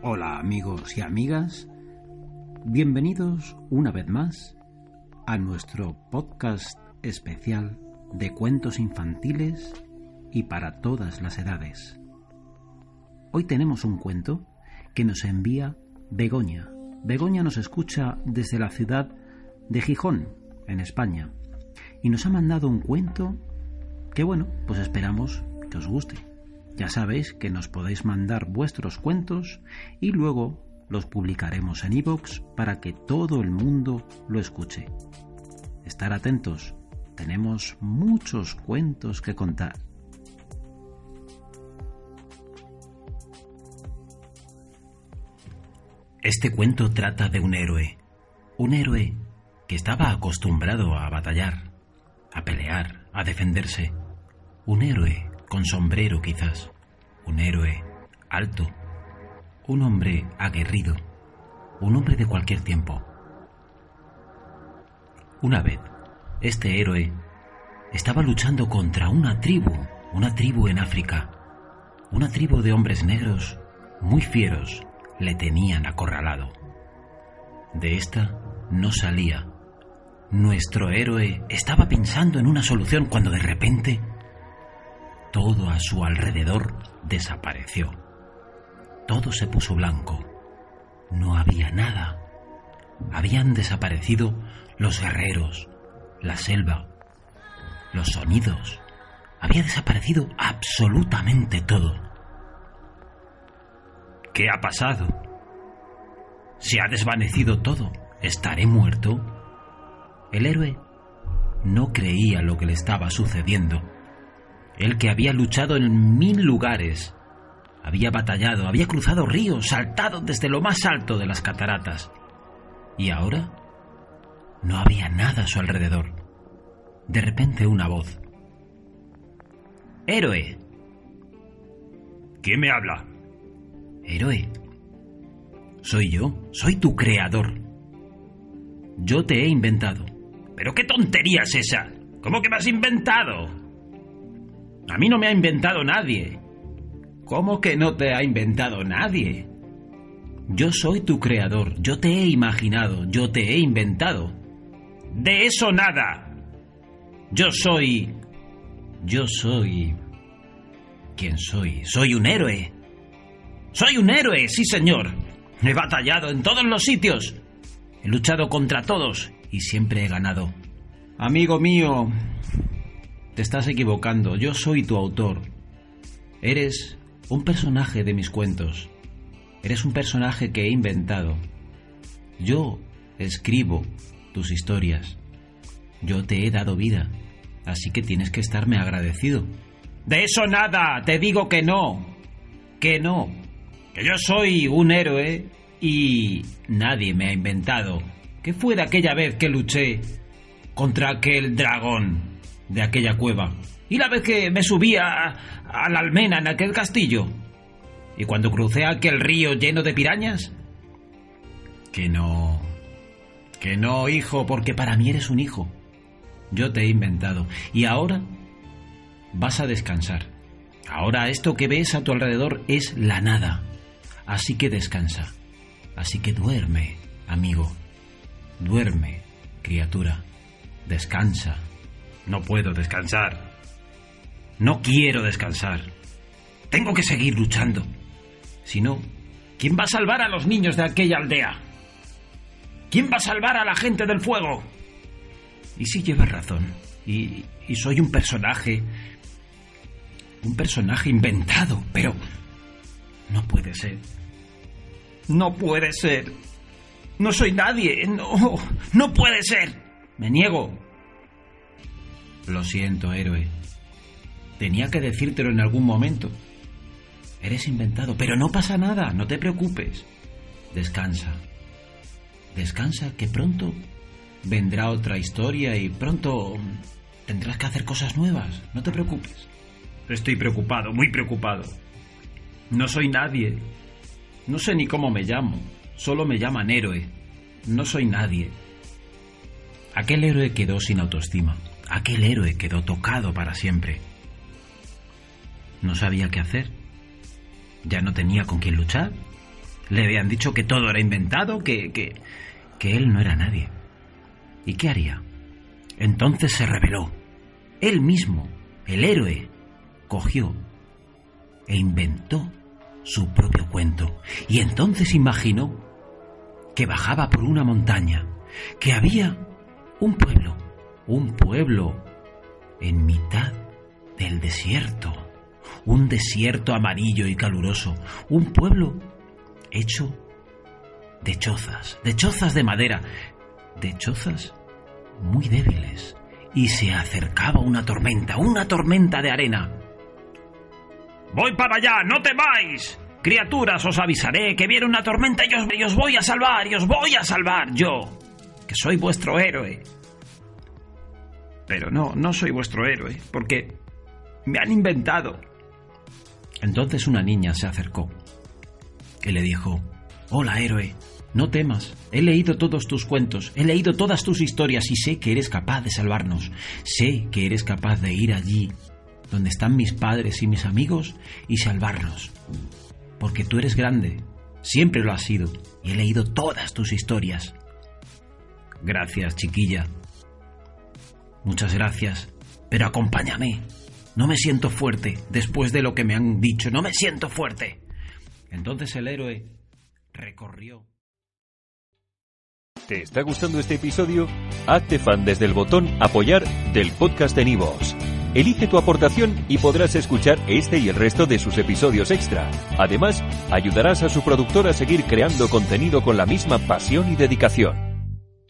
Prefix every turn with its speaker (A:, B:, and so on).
A: Hola amigos y amigas, bienvenidos una vez más a nuestro podcast especial de cuentos infantiles y para todas las edades. Hoy tenemos un cuento que nos envía Begoña. Begoña nos escucha desde la ciudad de Gijón, en España, y nos ha mandado un cuento que pues esperamos que os guste. Ya sabéis que nos podéis mandar vuestros cuentos y luego los publicaremos en iVoox para que todo el mundo lo escuche. Estar atentos, tenemos muchos cuentos que contar. Este cuento trata de un héroe que estaba acostumbrado a batallar, a pelear, a defenderse. Un héroe con sombrero quizás, un héroe alto, un hombre aguerrido, un hombre de cualquier tiempo. Una vez, este héroe estaba luchando contra una tribu en África. Una tribu de hombres negros muy fieros le tenían acorralado. De esta no salía. Nuestro héroe estaba pensando en una solución cuando de repente todo a su alrededor desapareció. Todo se puso blanco. No había nada. Habían desaparecido los guerreros, la selva, los sonidos. Había desaparecido absolutamente todo. ¿Qué ha pasado? ¿Se ha desvanecido todo? ¿Estaré muerto? El héroe no creía lo que le estaba sucediendo. Él que había luchado en 1000 lugares, había batallado, había cruzado ríos, saltado desde lo más alto de las cataratas. Y ahora no había nada a su alrededor. De repente una voz. ¡Héroe!
B: ¿Quién me habla?
A: Héroe, soy yo, soy tu creador. Yo te he inventado.
B: ¿Pero qué tontería es esa? ¿Cómo que me has inventado? A mí no me ha inventado nadie.
A: ¿Cómo que no te ha inventado nadie? Yo soy tu creador, yo te he imaginado, yo te he inventado.
B: De eso nada. Yo soy...
A: ¿Quién soy? Soy un héroe.
B: Soy un héroe, sí señor. He batallado en todos los sitios. He luchado contra todos
A: y siempre he ganado. Amigo mío, te estás equivocando. Yo soy tu autor. Eres un personaje de mis cuentos. Eres un personaje que he inventado. Yo escribo tus historias. Yo te he dado vida, así que tienes que estarme agradecido.
B: De eso nada, te digo que no.
A: Que no.
B: Que yo soy un héroe
A: y nadie me ha inventado. ¿Qué fue de aquella vez que luché contra aquel dragón de aquella cueva?
B: ¿Y la vez que me subí a la almena en aquel castillo? ¿Y cuando crucé aquel río lleno de pirañas?
A: Que no, hijo, porque para mí eres un hijo. Yo te he inventado y ahora vas a descansar. Ahora esto que ves a tu alrededor es la nada. Así que descansa. Así que duerme, amigo. Duerme, criatura. Descansa.
B: No puedo descansar.
A: No quiero descansar. Tengo que seguir luchando. Si no,
B: ¿quién va a salvar a los niños de aquella aldea? ¿Quién va a salvar a la gente del fuego?
A: Y sí llevas razón. Y soy un personaje inventado, pero no puede ser.
B: No puede ser. No soy nadie. No puede ser. Me niego.
A: Lo siento, héroe. Tenía que decírtelo en algún momento. Eres inventado, pero no pasa nada, no te preocupes. Descansa. Descansa, que pronto vendrá otra historia y pronto tendrás que hacer cosas nuevas. No te preocupes.
B: Estoy preocupado, muy preocupado. No soy nadie.
A: No sé ni cómo me llamo. Solo me llaman héroe. No soy nadie. Aquel héroe quedó sin autoestima. Aquel héroe quedó tocado para siempre. No sabía qué hacer. Ya no tenía con quién luchar.
B: Le habían dicho que todo era inventado, que él no era nadie. ¿Y qué haría? Entonces se rebeló. Él mismo, el héroe, cogió e inventó su propio cuento. Y entonces imaginó que bajaba por una montaña, que había un pueblo en mitad del desierto, un desierto amarillo y caluroso, un pueblo hecho de chozas de madera, de chozas muy débiles, y se acercaba una tormenta de arena. «Voy para allá, no temáis. Criaturas, os avisaré que viene una tormenta y os voy a salvar, yo, que soy vuestro héroe». Pero no soy vuestro héroe, porque me han inventado. Entonces una niña se acercó y le dijo: «Hola, héroe, no temas, he leído todos tus cuentos, he leído todas tus historias y sé que eres capaz de salvarnos. Sé que eres capaz de ir allí donde están mis padres y mis amigos y salvarnos. Porque tú eres grande, siempre lo has sido, y he leído todas tus historias». «Gracias, chiquilla. Muchas gracias, pero acompáñame. No me siento fuerte, después de lo que me han dicho, no me siento fuerte». Entonces el héroe recorrió.
C: ¿Te está gustando este episodio? Hazte fan desde el botón Apoyar del podcast de Nivos. Elige tu aportación y podrás escuchar este y el resto de sus episodios extra. Además, ayudarás a su productor a seguir creando contenido con la misma pasión y dedicación.